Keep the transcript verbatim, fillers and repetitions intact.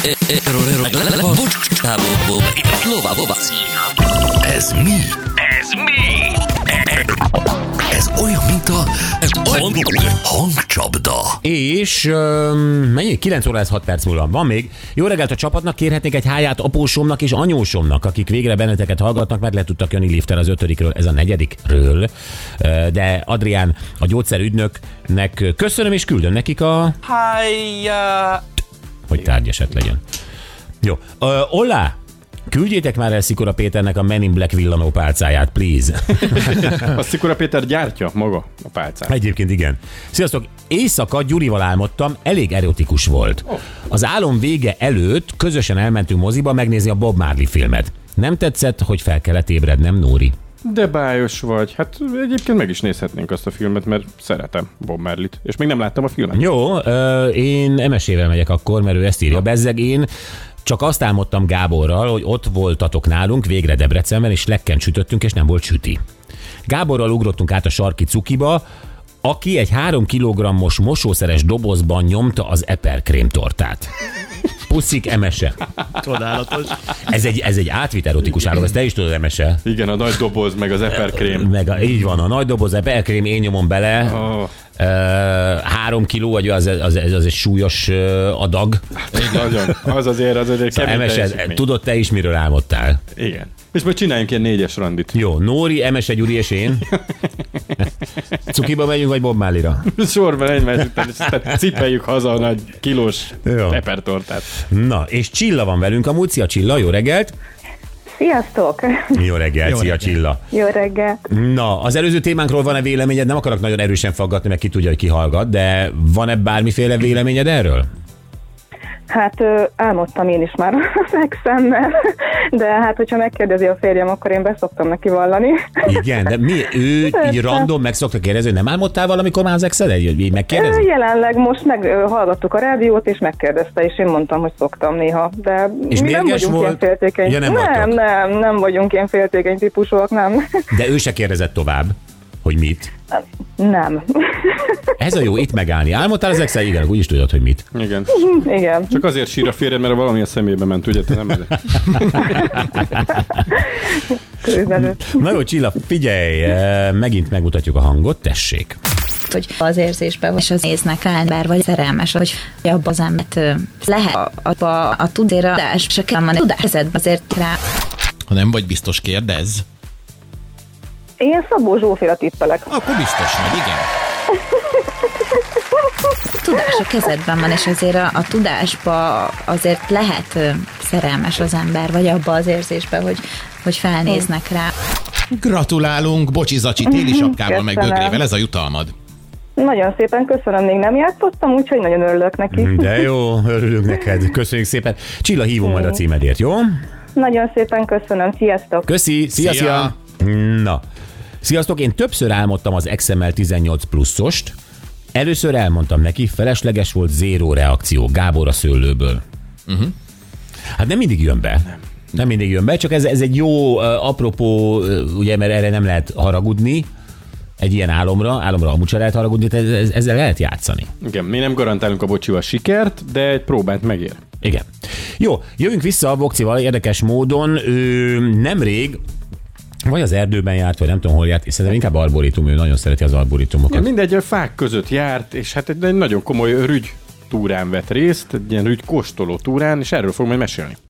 Ez mi? Ez mi? Ez olyan, mint a hangcsapda. És um, mennyi? kilenc óra lesz hat perc múlva. Van még. Jó reggelt a csapatnak, kérhetnék egy háját apósomnak és anyósomnak, akik végre benneteket hallgatnak, mert le tudtak jönni liften az ötödikről, ez a negyedikről. De Adrián, a gyógyszerügynöknek köszönöm, és küldöm nekik a... Hájjá! Hogy tárgyeset legyen. Jó. Uh, Olá! Küldjétek már el Szikora Péternek a Men in Black villanó pálcáját, please. A Szikora Péter gyártja maga a pálcát. Egyébként igen. Sziasztok! Éjszaka Gyurival álmodtam, elég erotikus volt. Az álom vége előtt közösen elmentünk moziba megnézni a Bob Marley filmet. Nem tetszett, hogy fel kellett ébrednem, Nóri? De bájos vagy. Hát egyébként meg is nézhetnénk azt a filmet, mert szeretem Bob Marley-t. És még nem láttam a filmet. Jó, én em es-ével megyek akkor, mert ő ezt írja. Bezzeg, én csak azt álmodtam Gáborral, hogy ott voltatok nálunk, végre Debrecenben, és lekken sütöttünk, és nem volt süti. Gáborral ugrottunk át a sarki cukiba, aki egy három kilogrammos mosószeres dobozban nyomta az eperkrém tortát. Puszik em es-e. Csodálatos. Ez egy, ez egy átvitt erotikus álom, ezt te is tudod, em es-e. Igen, a nagy doboz, meg az eperkrém. Meg a, így van, a nagy doboz eperkrém, én nyomom bele. Oh. Uh, három kiló, vagy az, az, az, az egy súlyos uh, adag. Nagyon. Az azért, az azért Szóval kemény em es, teljesítmény. tudod te is, miről álmodtál? Igen. És majd csináljunk ilyen négyes randit. Jó, Nóri, em es, Gyuri és én. Cukiba megyünk, vagy Bob Marley-ra? Sorban egymás után, és aztán cipeljük haza a nagy kilós Jó. epertortát. Na, és Csilla van velünk amúgy. Szia Csilla, jó reggelt! Sziasztok! Jó reggelt, Jó szia reggelt. Csilla! Jó reggel! Na, az előző témánkról van-e véleményed? Nem akarok nagyon erősen faggatni, mert ki tudja, hogy ki hallgat, de van-e bármiféle véleményed erről? Hát ö, álmodtam én is már az exemmel, de hát hogyha megkérdezi a férjem, akkor én beszoktam neki vallani. Igen, de mi? Ő így Persze. random meg szokta kérdezni, hogy nem álmodtál valamikor már az exed? Így megkérdezi? Ö, Jelenleg most meg ö, hallgattuk a rádiót, és megkérdezte, és én mondtam, hogy szoktam néha, de És mi nem mérges vagyunk volt? ilyen féltékeny. Ja, nem nem, vagytok. nem, nem vagyunk ilyen féltékeny típusúak, nem. De ő se kérdezett tovább, hogy mit. Nem. Ez a jó, itt megállni. Álmodtál az exed? Igen, úgy is tudod, hogy mit. Igen. Igen. Csak azért sír a férjed, mert valami a szemébe ment, ugye? Te nem Körülbelül. Na jó, Csilla, figyelj, eh, megint megmutatjuk a hangot, tessék. hogy az érzésben, és az néznek rá ember, vagy szerelmes, hogy abban az embert ö, lehet abba a tudéradás, és a kell tudás kezedbe azért rá. Ha nem vagy biztos, kérdezz. Én Szabó Zsófira tippelek. Akkor biztos vagy, igen. Tudás a kezedben van, és azért a, a tudásba azért lehet ö, szerelmes az ember, vagy abba az érzésben, hogy, hogy felnéznek rá. Gratulálunk, bocsi Zacsi, téli sapkával meg Köszönöm. bögrével, ez a jutalmad. Nagyon szépen köszönöm, még nem játszottam, úgyhogy nagyon örülök neki. De jó, örülünk neked. Köszönjük szépen. Csilla, hívom majd a címedért, jó? Nagyon szépen köszönöm, sziasztok! Köszi, szia, szia. Szia. Na, sziasztok, én többször álmodtam az exemmel tizennyolc pluszost. Először elmondtam neki, felesleges volt, zéró reakció, Gábor a Szőlőből. Uh-huh. Hát nem mindig jön be. Nem. Nem mindig jön be, csak ez, ez egy jó uh, apropó, uh, ugye, mert erre nem lehet haragudni, egy ilyen álomra, álomra amúgy sem lehet haragudni, tehát ez, ezzel lehet játszani. Igen, mi nem garantálunk a bocsival sikert, de egy próbát megér. Igen. Jó, jövünk vissza a Bokcival érdekes módon. Ő nemrég vagy az erdőben járt, vagy nem tudom hol járt, és szerintem inkább arborétum, ő nagyon szereti az arborétumokat. Ja, mindegy, a fák között járt, és hát egy, egy nagyon komoly rügy túrán vett részt, egy ilyen rügy kóstoló túrán, és erről fog majd mesélni.